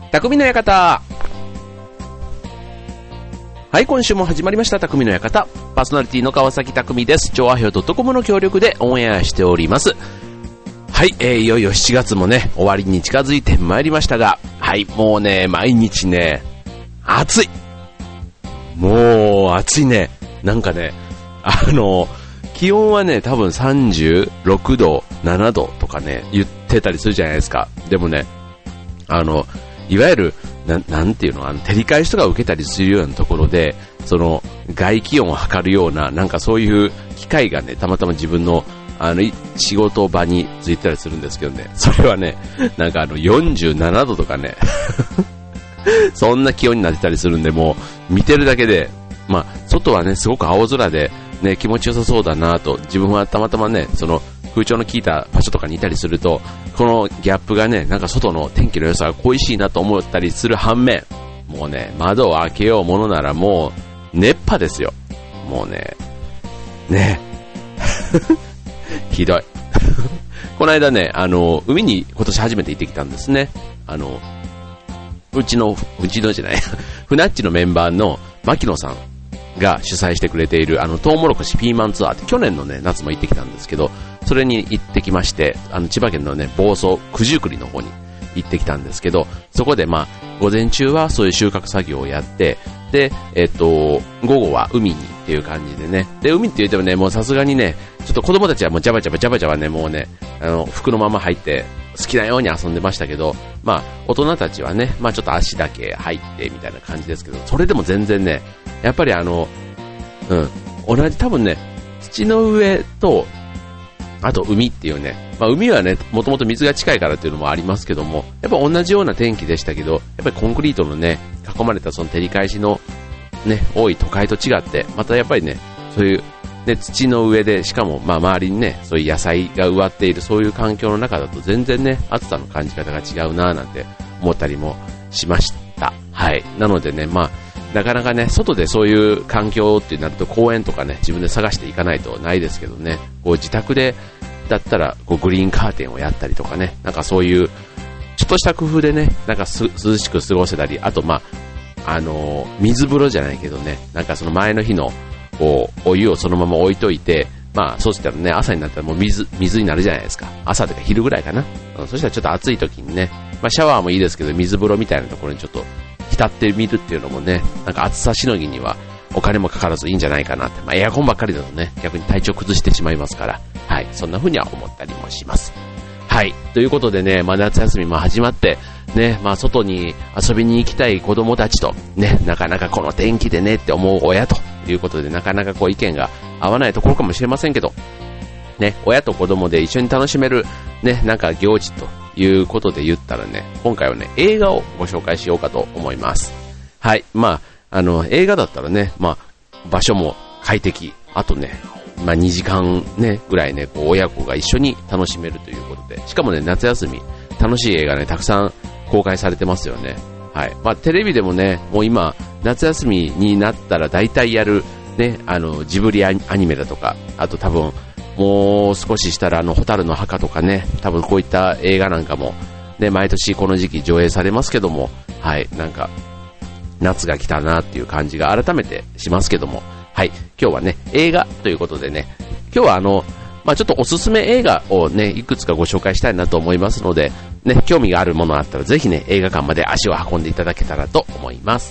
匠の館。はい、今週も始まりました匠の館。パーソナリティの川崎匠です。調和表 .com の協力でオンエアしております。はい、いよいよ7月もね、終わりに近づいてまいりましたが、はい、もうね、毎日ね、暑い。もう暑いね。なんかね、気温はね、多分36度、7度とかね、言ってたりするじゃないですか。でもね、いわゆる、なんていうの、照り返しとか受けたりするようなところで、その、外気温を測るような、なんかそういう機械がね、たまたま自分の、仕事場についてたりするんですけどね、それはね、なんか47度とかね、そんな気温になってたりするんで、もう、見てるだけで、まあ、外はね、すごく青空で、ね、気持ちよさそうだなと、自分はたまたまね、その、空調の効いた場所とかにいたりすると、このギャップがね、なんか外の天気の良さが恋しいなと思ったりする反面、もうね、窓を開けようものならもう、熱波ですよ。もうね、ひどい。この間ね、海に今年初めて行ってきたんですね。うちのじゃない、ふなっちのメンバーの牧野さんが主催してくれているトウモロコシピーマンツアーって去年のね、夏も行ってきたんですけど、それに行ってきまして、千葉県のね、房総九十九里の方に行ってきたんですけど、そこでまあ、午前中はそういう収穫作業をやって、で、午後は海にっていう感じでね、で、海って言ってもね、もうさすがにね、ちょっと子供たちはもうジャバジャバね、もうね、服のまま入って、好きなように遊んでましたけど、まあ、大人たちはね、まあちょっと足だけ入ってみたいな感じですけど、それでも全然ね、やっぱり同じ多分ね、土の上と、あと海っていうね、まあ海はね、もともと水が近いからっていうのもありますけども、やっぱ同じような天気でしたけど、やっぱりコンクリートのね、囲まれたその照り返しのね、多い都会と違って、またやっぱりね、そういう、ね、土の上で、しかもまあ周りにね、そういう野菜が植わっているそういう環境の中だと全然ね、暑さの感じ方が違うなぁなんて思ったりもしました。はい。なのでね、まあ、なかなかね、外でそういう環境ってなると公園とかね、自分で探していかないとないですけどね、こう自宅でだったらこうグリーンカーテンをやったりとかね、なんかそういうちょっとした工夫でね、なんか涼しく過ごせたり、あとまあ、水風呂じゃないけどね、なんかその前の日のこうお湯をそのまま置いといて、まあそうしたらね、朝になったらもう水になるじゃないですか。朝とか昼ぐらいかな。そしたらちょっと暑い時にね、まあシャワーもいいですけど、水風呂みたいなところにちょっと浸ってみるっていうのもね、なんか暑さしのぎにはお金もかからずいいんじゃないかなって。まあエアコンばっかりだとね、逆に体調崩してしまいますから、はい、そんな風には思ったりもします。はい、ということでね、まあ夏休みも始まって、ね、まあ外に遊びに行きたい子供たちと、ね、なかなかこの天気でねって思う親ということで、なかなかこう意見が合わないところかもしれませんけど、ね、親と子供で一緒に楽しめる、ね、なんか行事ということで言ったらね、今回はね、映画をご紹介しようかと思います。はい、まあ、映画だったらね、まあ、場所も快適、あとね、まあ2時間ね、ぐらいね、こう親子が一緒に楽しめるということで、しかもね、夏休み、楽しい映画ね、たくさん公開されてますよね。はい。まあテレビでもね、もう今、夏休みになったら大体やる、ね、ジブリアニメだとか、あと多分、もう少ししたら蛍の墓とかね、多分こういった映画なんかも、ね、毎年この時期上映されますけども、はい、なんか、夏が来たなっていう感じが改めてしますけども、はい、今日はね、映画ということでね、今日はまあちょっとおすすめ映画をね、いくつかご紹介したいなと思いますので、ね、興味があるものあったらぜひね、映画館まで足を運んでいただけたらと思います。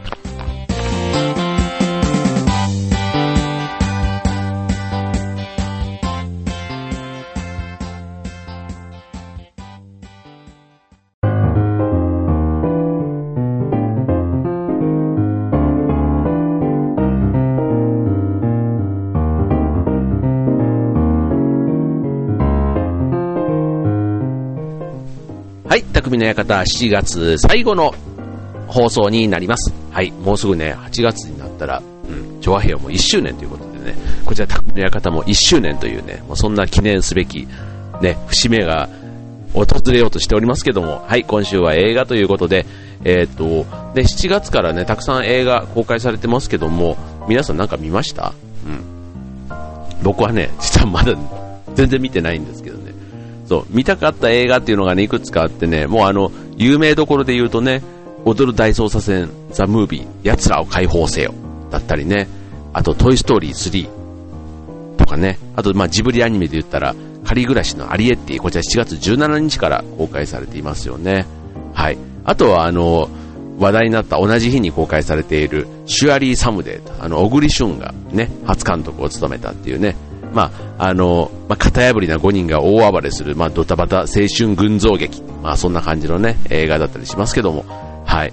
はい、匠の館7月最後の放送になります。はい、もうすぐね、8月になったら、調和平和も1周年ということでね、こちら匠の館も1周年というね、もうそんな記念すべき、ね、節目が訪れようとしておりますけども、はい、今週は映画ということで、で、7月からね、たくさん映画公開されてますけども、皆さんなんか見ました？僕はね、実はまだ全然見てないんですけどね。そう、見たかった映画っていうのがね、いくつかあってね、もう有名どころで言うとね、踊る大捜査線ザ・ムービー、奴らを解放せよだったりね、あとトイストーリー3とかね、あとジブリアニメで言ったら仮暮らしのアリエッティ、こちら7月17日から公開されていますよね。はい。あとは話題になった同じ日に公開されているシュアリー・サムデーと、小栗旬がね、初監督を務めたっていうね、型破りな5人が大暴れする、ドタバタ青春群像劇、そんな感じのね、映画だったりしますけども、はい。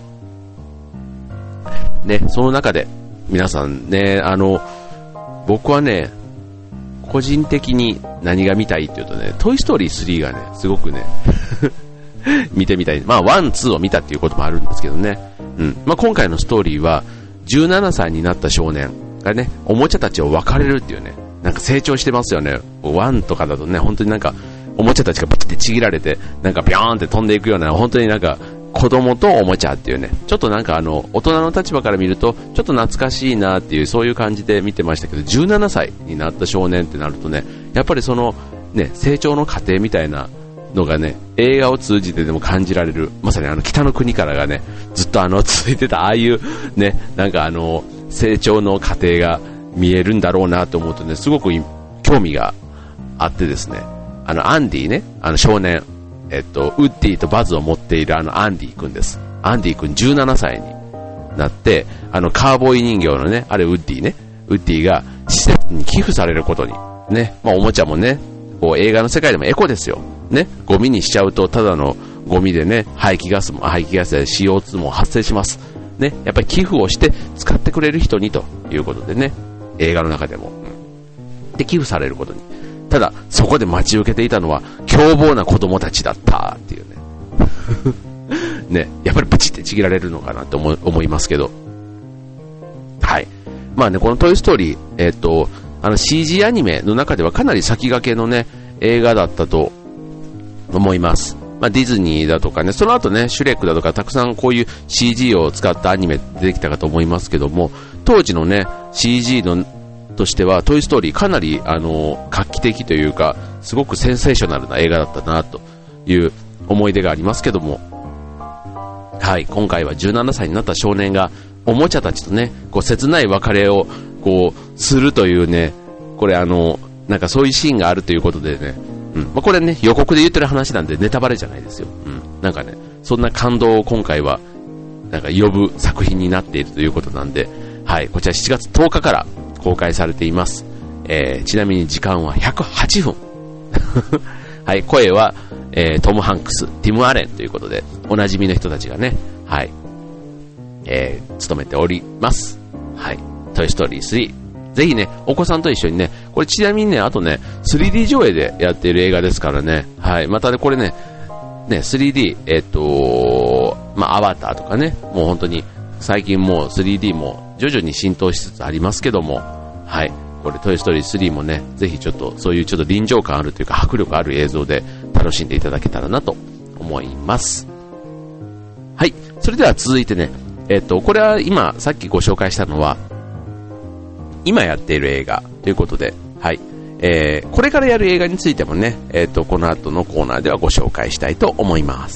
ね、その中で、皆さんね、僕はね、個人的に何が見たいっていうとね、トイストーリー3がね、すごくね、見てみたい。1、2を見たっていうこともあるんですけどね。今回のストーリーは、17歳になった少年がね、おもちゃたちを分かれるっていうね、なんか成長してますよね。1とかだとね、本当になんか、おもちゃたちがバキってちぎられて、なんかビョーンって飛んでいくような、本当になんか、子供とおもちゃっていうね、ちょっとなんか大人の立場から見ると、ちょっと懐かしいなっていう、そういう感じで見てましたけど、17歳になった少年ってなるとね、やっぱりその、ね、成長の過程みたいなのがね、映画を通じてでも感じられる、まさに北の国からがね、ずっと続いてた、ああいうね、なんか成長の過程が見えるんだろうなと思うとね、すごく興味があってですね、アンディね、少年、ウッディとバズを持っているアンディ君です。アンディ君17歳になって、カーボーイ人形のね、あれウッディね、ウッディが施設に寄付されることに、ね、おもちゃもね、こう映画の世界でもエコですよ。ね、ゴミにしちゃうとただのゴミでね、排気ガスで CO2 も発生します。ね、やっぱり寄付をして使ってくれる人にということでね、映画の中でも、で寄付されることに。ただそこで待ち受けていたのは凶暴な子供たちだったっていうね。ね、やっぱりプチってちぎられるのかなと思いますけど。はい。このトイストーリー、CG アニメの中ではかなり先駆けのね、映画だったと思います。ディズニーだとかね、その後ね、シュレックだとかたくさんこういう CG を使ったアニメ出てきたかと思いますけども、当時のね、CG のとしてはトイストーリーかなり画期的というか、すごくセンセーショナルな映画だったなという思い出がありますけども、はい、今回は17歳になった少年がおもちゃたちとね、こう切ない別れをこうするというね、これなんかそういうシーンがあるということでね、これね、予告で言ってる話なんでネタバレじゃないですよ。なんかね、そんな感動を今回はなんか呼ぶ作品になっているということなんで、はい、こちら7月10日から公開されています。ちなみに時間は108分。はい、声は、トム・ハンクス、ティム・アレンということで、おなじみの人たちがね、はい、務めております。はい、トイ・ストーリー3。ぜひね、お子さんと一緒にね、これちなみにね、あとね、3D 上映でやっている映画ですからね、はい、またね、これね、3D、アバターとかね、もう本当に、最近もう 3D も徐々に浸透しつつありますけども、はい、これトイストーリー3もね、ぜひちょっとそういうちょっと臨場感あるというか迫力ある映像で楽しんでいただけたらなと思います。はい、それでは続いてね、これは今さっきご紹介したのは今やっている映画ということで、はい、これからやる映画についてもね、この後のコーナーではご紹介したいと思います。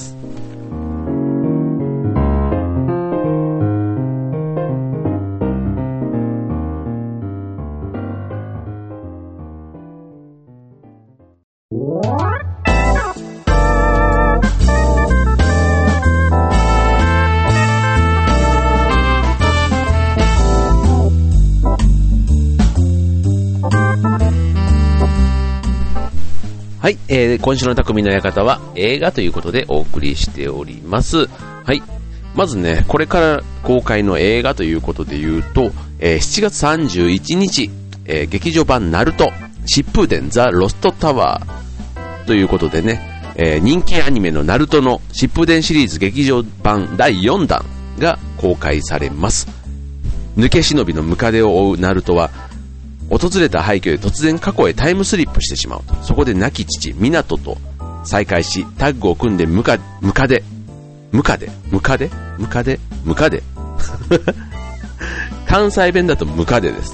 はい、今週の匠の館は映画ということでお送りしております。はい、まずね、これから公開の映画ということで言うと、7月31日、劇場版ナルト疾風伝ザ・ロストタワーということでね、人気アニメのナルトの疾風伝シリーズ劇場版第4弾が公開されます。抜け忍びのムカデを追うナルトは訪れた廃墟で突然過去へタイムスリップしてしまうと。そこで亡き父ミナトと再会しタッグを組んでムカデ関西弁だとムカデです。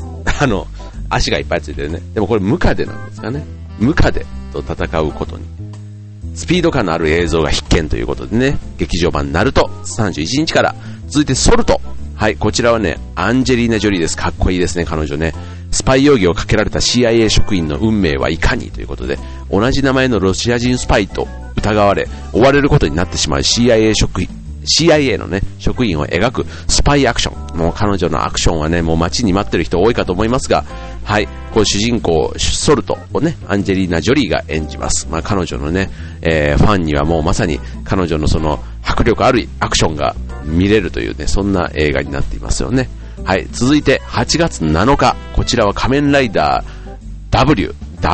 足がいっぱいついてるね。でもこれムカデなんですかね。ムカデと戦うことに。 スピード感のある映像が必見ということでね、劇場版ナルト31日から、続いてソルト。はい、こちらはね、アンジェリーナ・ジョリーです。かっこいいですね、彼女ね。スパイ容疑をかけられた CIA 職員の運命はいかにということで、同じ名前のロシア人スパイと疑われ、追われることになってしまう CIA のね、職員を描くスパイアクション。もう彼女のアクションはね、もう待ちに待ってる人多いかと思いますが、はい、こう主人公、ソルトをね、アンジェリーナ・ジョリーが演じます。まあ彼女のね、ファンにはもうまさに彼女のその迫力あるアクションが見れるというね、そんな映画になっていますよね。はい、続いて8月7日、こちらは仮面ライダー W?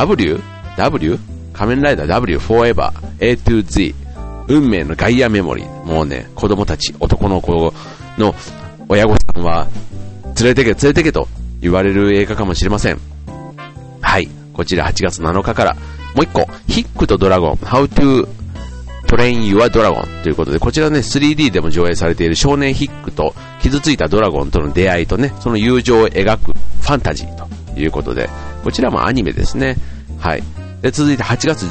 仮面ライダー W Forever A to Z 運命のガイアメモリー。もうね、子供たち、男の子の親御さんは連れてけと言われる映画かもしれません。はい、こちら8月7日から、もう一個、ヒックとドラゴン How to Train Your Dragon ということで、こちらね 3D でも上映されている少年ヒックと傷ついたドラゴンとの出会いとね、その友情を描くファンタジーということで、こちらもアニメですね。はい。で続いて8月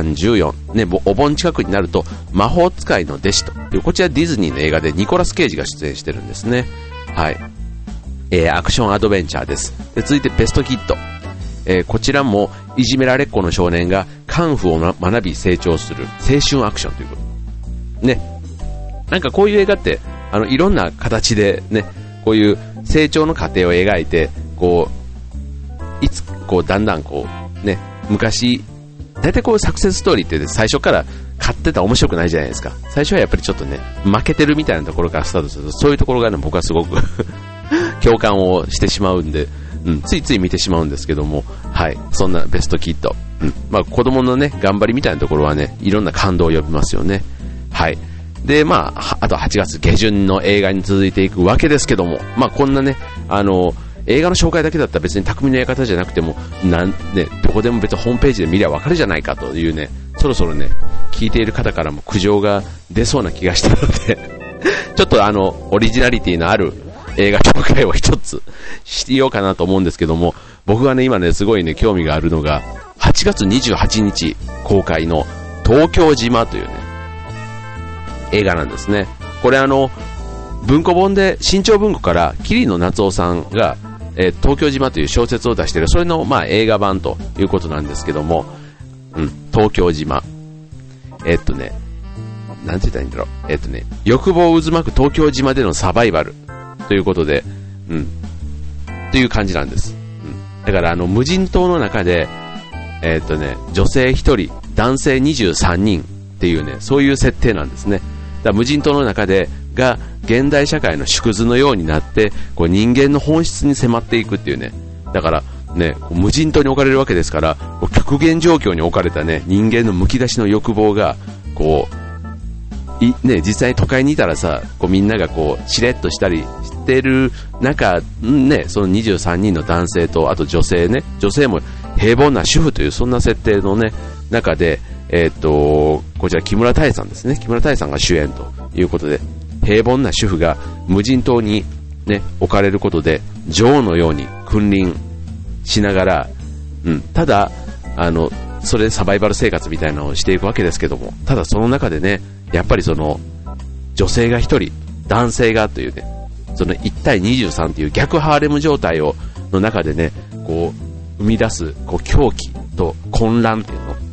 13、14ね、お盆近くになると魔法使いの弟子という、こちらディズニーの映画でニコラス・ケイジが出演してるんですね。はい。アクションアドベンチャーです。で続いてベストキッド。こちらもいじめられっ子の少年がカンフーを学び成長する青春アクションということね。なんかこういう映画っていろんな形でね、こういう成長の過程を描いて、こうだんだんこうね、昔大体こうサクセスストーリーって最初から買ってたら面白くないじゃないですか。最初はやっぱりちょっとね、負けてるみたいなところからスタートすると、そういうところがね、僕はすごく共感をしてしまうんで、ついつい見てしまうんですけども、はい、そんなベストキッド、まあ子供のね頑張りみたいなところはね、いろんな感動を呼びますよね。はい。でまああと8月下旬の映画に続いていくわけですけども、まあこんなね映画の紹介だけだったら別に匠の館じゃなくてもどこでも別にホームページで見りゃわかるじゃないかというね、そろそろね聞いている方からも苦情が出そうな気がしてるのでちょっとオリジナリティのある映画紹介を一つしようかなと思うんですけども、僕がね今ねすごいね興味があるのが8月28日公開の東京島というね映画なんですね。これ文庫本で新潮文庫から桐野夏夫さんが、東京島という小説を出している、それのまあ映画版ということなんですけども、東京島なんて言ったらいいんだろう、欲望渦巻く東京島でのサバイバルということで、という感じなんです。だから無人島の中で、女性1人、男性23人っていうね、そういう設定なんですね。だから無人島の中でが現代社会の縮図のようになって、こう人間の本質に迫っていくっていうね。だからね、無人島に置かれるわけですから、極限状況に置かれたね、人間のむき出しの欲望がこう実際に都会にいたらさ、こうみんながこうしれっとしたりしてる中ね、その23人の男性とあと女性ね、女性も平凡な主婦というそんな設定のね中で、こちら木村多江さんですね。木村多江さんが主演ということで、平凡な主婦が無人島にね置かれることで女王のように君臨しながら、ただそれでサバイバル生活みたいなのをしていくわけですけども、ただその中でね、やっぱりその女性が一人、男性がというね、その1対23という逆ハーレム状態の中でね、こう生み出すこう狂気と混乱っていうの、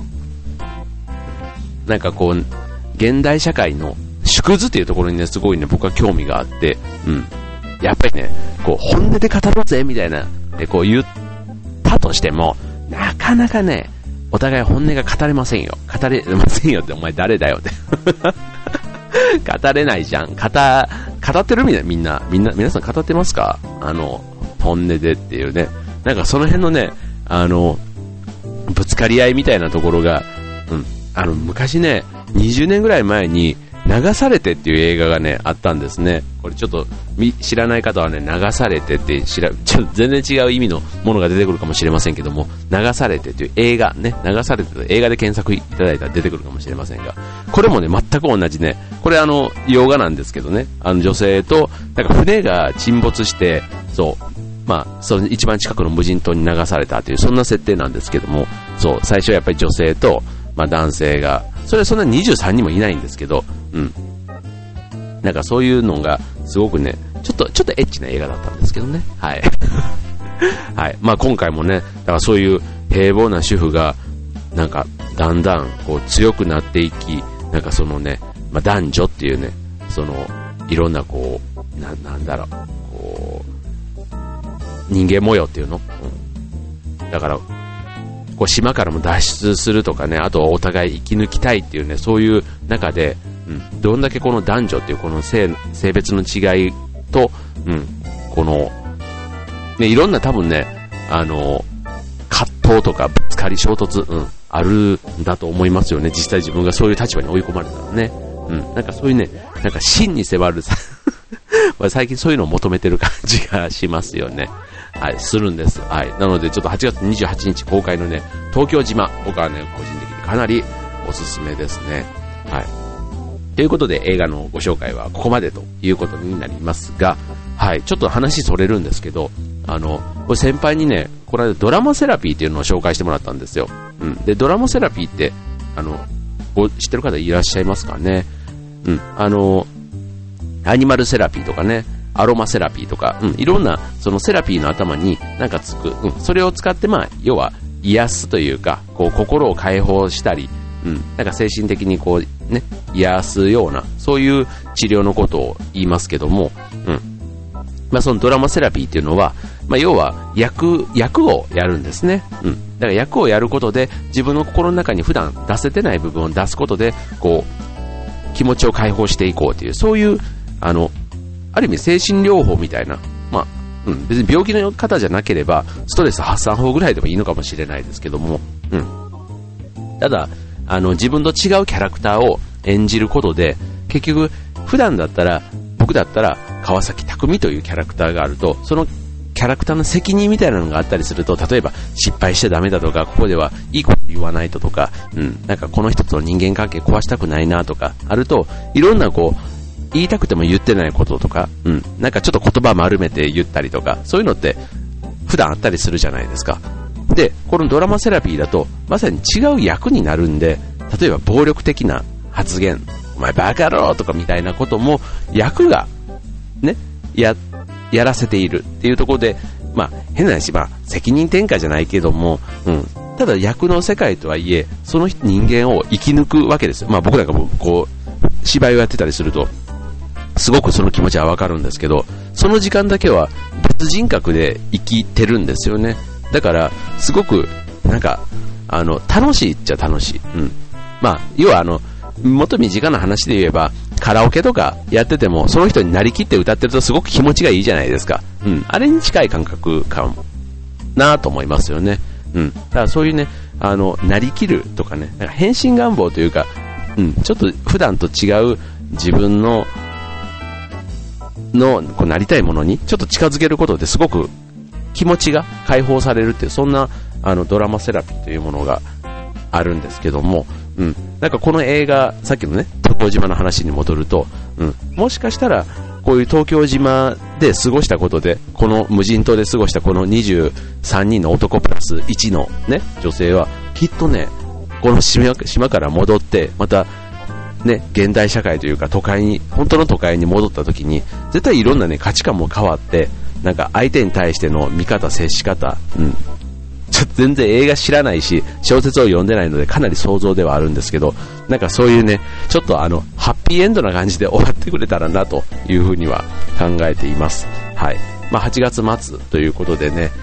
なんかこう現代社会の縮図っていうところにねすごいね僕は興味があって、やっぱりねこう本音で語ろうぜみたいなこう言ったとしても、なかなかねお互い本音が語れませんよ。語れませんよってお前誰だよって語れないじゃん。語ってるみたいな、皆さん語ってますか？本音でっていうね、なんかその辺のねぶつかり合いみたいなところが、昔ね20年ぐらい前に流されてっていう映画がねあったんですね。これちょっと知らない方はね、流されてってちょっと全然違う意味のものが出てくるかもしれませんけども、流されてという映画ね、流されてという映画で検索いただいたら出てくるかもしれませんが、これもね全く同じね、これ洋画なんですけどね、女性となんか船が沈没して、その一番近くの無人島に流されたというそんな設定なんですけども、最初はやっぱり女性と男性がそれはそんな23人もいないんですけど、なんかそういうのがすごくね、ちょっとエッチな映画だったんですけどね。はい。はい。まあ今回もね、だからそういう平凡な主婦が、なんかだんだんこう強くなっていき、なんかそのね、まあ男女っていうね、その、いろんなこう、なんだろう、こう、人間模様っていうの、だから、こう島からも脱出するとかね、あとはお互い生き抜きたいっていうね、そういう中で、どんだけこの男女っていうこの性別の違いと、この、ね、いろんな多分ね、葛藤とかぶつかり衝突、あるんだと思いますよね。実際自分がそういう立場に追い込まれたらね。なんかそういうね、なんか真に迫る最近そういうのを求めてる感じがしますよね。はい、するんです。はい。なのでちょっと8月28日公開のね、東京島、僕はね、個人的にかなりおすすめですね。はい。ということで映画のご紹介はここまでということになりますが、はい、ちょっと話それるんですけど、これ先輩にね、これドラマセラピーっていうのを紹介してもらったんですよ。で、ドラマセラピーって、知ってる方いらっしゃいますかね。アニマルセラピーとかね、アロマセラピーとか、いろんなそのセラピーの頭になんかつく、それを使ってまあ要は癒すというか、こう心を解放したり、なんか精神的にこうね癒すようなそういう治療のことを言いますけども、まあそのドラマセラピーっていうのは、まあ要は役をやるんですね。だから役をやることで自分の心の中に普段出せてない部分を出すことでこう気持ちを解放していこうというそういうある意味精神療法みたいな、まあ、別に病気の方じゃなければストレス発散法ぐらいでもいいのかもしれないですけども、ただ自分と違うキャラクターを演じることで結局普段だったら僕だったら川崎匠というキャラクターがあるとそのキャラクターの責任みたいなのがあったりすると、例えば失敗しちゃダメだとか、ここではいいこと言わないととか、なんかこの人との人間関係壊したくないなとかあると、いろんなこう言いたくても言ってないこととか、なんかちょっと言葉丸めて言ったりとか、そういうのって普段あったりするじゃないですか。で、このドラマセラピーだとまさに違う役になるんで、例えば暴力的な発言、お前バカ野郎とかみたいなことも役がねやらせているっていうところで、まあ変な話、まあ責任転嫁じゃないけども、ただ役の世界とはいえその人間を生き抜くわけですよ。まあ僕なんかもこう芝居をやってたりするとすごくその気持ちはわかるんですけど、その時間だけは別人格で生きてるんですよね。だからすごくなんか楽しいっちゃ楽しい。まあ要はもっと身近な話で言えばカラオケとかやっててもその人になりきって歌ってるとすごく気持ちがいいじゃないですか。あれに近い感覚かもなと思いますよね。だからそういうねなりきるとかね、なんか変身願望というか、ちょっと普段と違う自分のこうなりたいものにちょっと近づけることですごく気持ちが解放されるっていう、そんなドラマセラピーというものがあるんですけども、なんかこの映画、さっきのね東京島の話に戻ると、もしかしたらこういう東京島で過ごしたことで、この無人島で過ごしたこの23人の男プラス1のね女性はきっとねこの島から戻ってまたね現代社会というか本当の都会に戻った時に絶対いろんなね価値観も変わって、なんか相手に対しての見方接し方、ちょっと全然映画知らないし小説を読んでないのでかなり想像ではあるんですけど、なんかそういうねちょっとハッピーエンドな感じで終わってくれたらなというふうには考えています。はい。まあ8月末ということでね、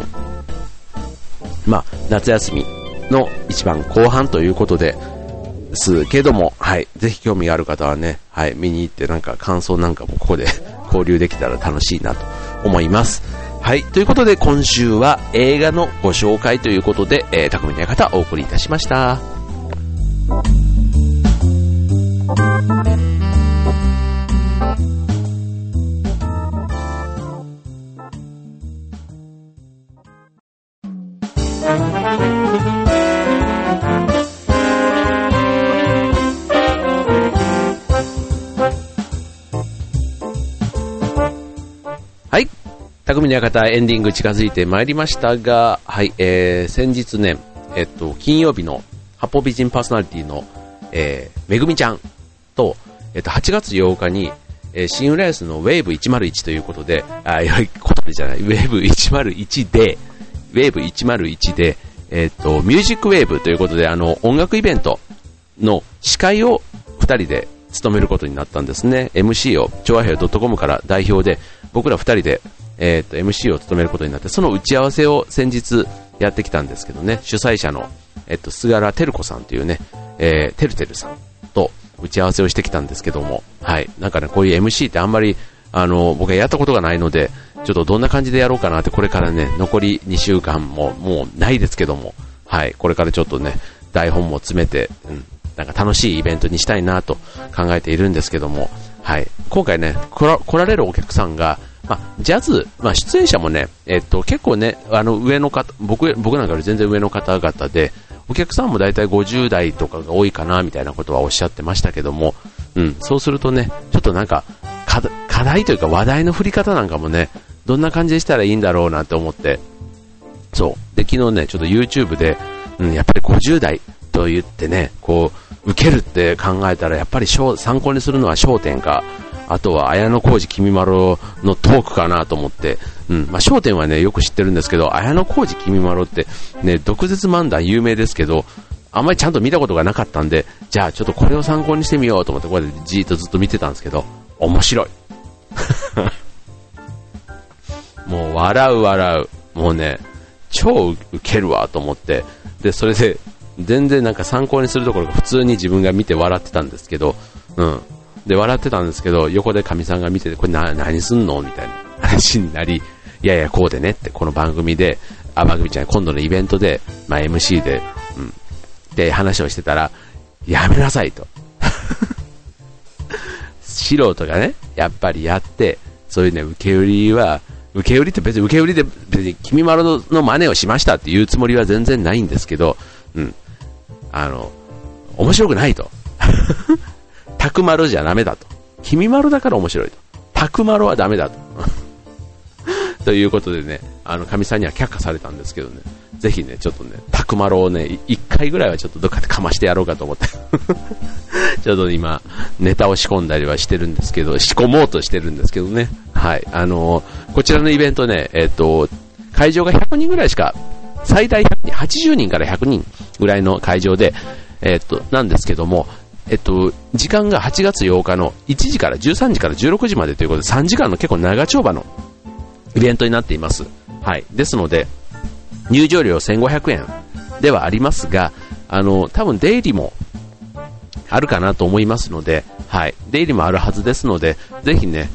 まあ夏休みの一番後半ということですけども、はい、ぜひ興味がある方はね、はい、見に行ってなんか感想なんかもここで交流できたら楽しいなと思います。はい、ということで今週は映画のご紹介ということで、匠の館お送りいたしました。はい。匠の館エンディング近づいてまいりましたが、はい、先日ね、金曜日の八方美人パーソナリティの、 めぐみちゃんと、8月8日に、新浦安のウェーブ101ということで、言葉じゃない、ウェーブ101で、ミュージックウェーブということで、音楽イベントの司会を2人で務めることになったんですね。MC を、ちょわへよ .com から代表で、僕ら2人で、MC を務めることになって、その打ち合わせを先日やってきたんですけどね、主催者の、菅原照子さんというね、てるてるさんと打ち合わせをしてきたんですけども、はい、なんかね、こういう MC ってあんまり、僕はやったことがないので、ちょっとどんな感じでやろうかなって、これからね、残り2週間ももうないですけども、はい、これからちょっとね、台本も詰めて、なんか楽しいイベントにしたいなと考えているんですけども、はい、今回ね、来られるお客さんが、ジャズ、出演者もね、結構ね、上の方、僕なんかより全然上の方々で、お客さんもだいたい50代とかが多いかな、みたいなことはおっしゃってましたけども、そうするとね、ちょっとなんか、課題というか話題の振り方なんかもね、どんな感じでしたらいいんだろうなって思って、そう。で、昨日ね、ちょっと YouTube で、やっぱり50代と言ってね、こう、受けるって考えたら、やっぱり参考にするのは笑点か、あとは綾小路きみまろのトークかなと思って、笑点はね、よく知ってるんですけど、綾小路きみまろってね、毒舌漫談有名ですけど、あんまりちゃんと見たことがなかったんで、じゃあちょっとこれを参考にしてみようと思って、これでじーっとずっと見てたんですけど、面白い。もう笑う。もうね、超ウケるわと思って、で、それで、全然なんか参考にするところが普通に自分が見て笑ってたんですけど、で、笑ってたんですけど、横で神さんが見てて、これ何すんのみたいな話になり、いやいや、こうでねって、この番組で、今度のイベントで、MC で、で、話をしてたら、やめなさいと。素人がね、やっぱりやって、そういうね、受け売りって別に君まろの真似をしましたっていうつもりは全然ないんですけど、面白くないと。たくまろじゃダメだと。君まろだから面白いと。たくまろはダメだと。ということでね、神さんには却下されたんですけどね、ぜひね、ちょっとね、たくまろをね、一回ぐらいはちょっとどっかでかましてやろうかと思って。ちょっと今、ネタを仕込んだりはしてるんですけど、仕込もうとしてるんですけどね。はい。こちらのイベントね、会場が100人ぐらいしか、最大100人、80人から100人ぐらいの会場で、なんですけども、時間が8月8日の1時から13時から16時までということで、3時間の結構長丁場のイベントになっています。はい。ですので、入場料1500円ではありますが、多分出入りもあるかなと思いますので、はい。出入りもあるはずですので、ぜひね、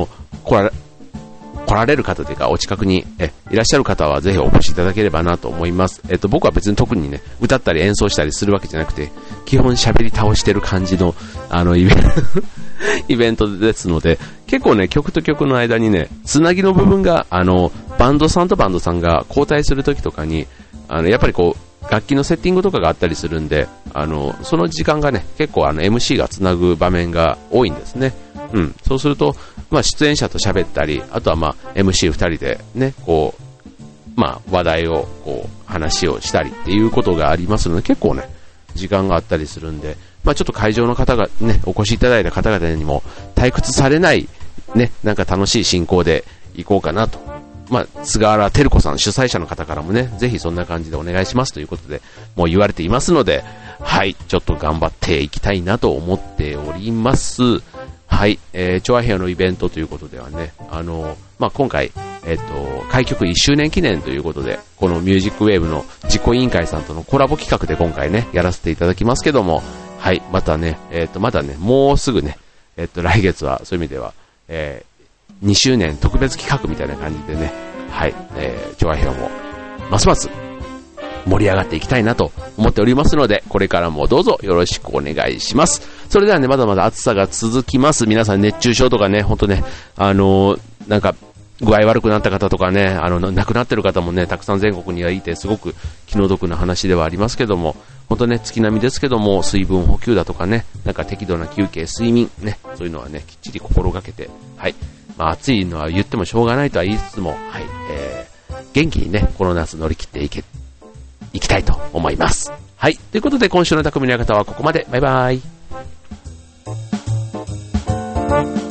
来られる方というか、お近くにいらっしゃる方はぜひお越しいただければなと思います。僕は別に特にね、歌ったり演奏したりするわけじゃなくて、基本喋り倒してる感じの、イベントですので、結構ね、曲と曲の間にね、つなぎの部分が、バンドさんとバンドさんが交代するときとかに、やっぱりこう、楽器のセッティングとかがあったりするんで、その時間がね、結構MC がつなぐ場面が多いんですね。そうすると、出演者と喋ったり、あとはMC2 人でね、こう、話題を、こう、話をしたりっていうことがありますので、結構ね、時間があったりするんで、ちょっと会場の方がね、お越しいただいた方々にも退屈されない、ね、なんか楽しい進行で行こうかなと。菅原照子さん主催者の方からもね、ぜひそんな感じでお願いしますということで、もう言われていますので、はい、ちょっと頑張っていきたいなと思っております。はい、チョアヘアのイベントということではね、今回、開局1周年記念ということで、このミュージックウェーブの実行委員会さんとのコラボ企画で今回ね、やらせていただきますけども、はい、またね、まだね、もうすぐね、来月はそういう意味では、2周年特別企画みたいな感じでね、はい、チョアヘアもますます盛り上がっていきたいなと思っておりますので、これからもどうぞよろしくお願いします。それではね、まだまだ暑さが続きます。皆さん熱中症とかね、ほんとね、なんか具合悪くなった方とかね、亡くなってる方もね、たくさん全国にはいて、すごく気の毒な話ではありますけども、ほんとね、月並みですけども、水分補給だとかね、なんか適度な休憩、睡眠ね、そういうのはね、きっちり心がけて、はい、暑いのは言ってもしょうがないとは言いつつも、はい、元気にね、この夏乗り切っていきたいと思います。 はい。ということで、今週の匠の館はここまで。バイバイ。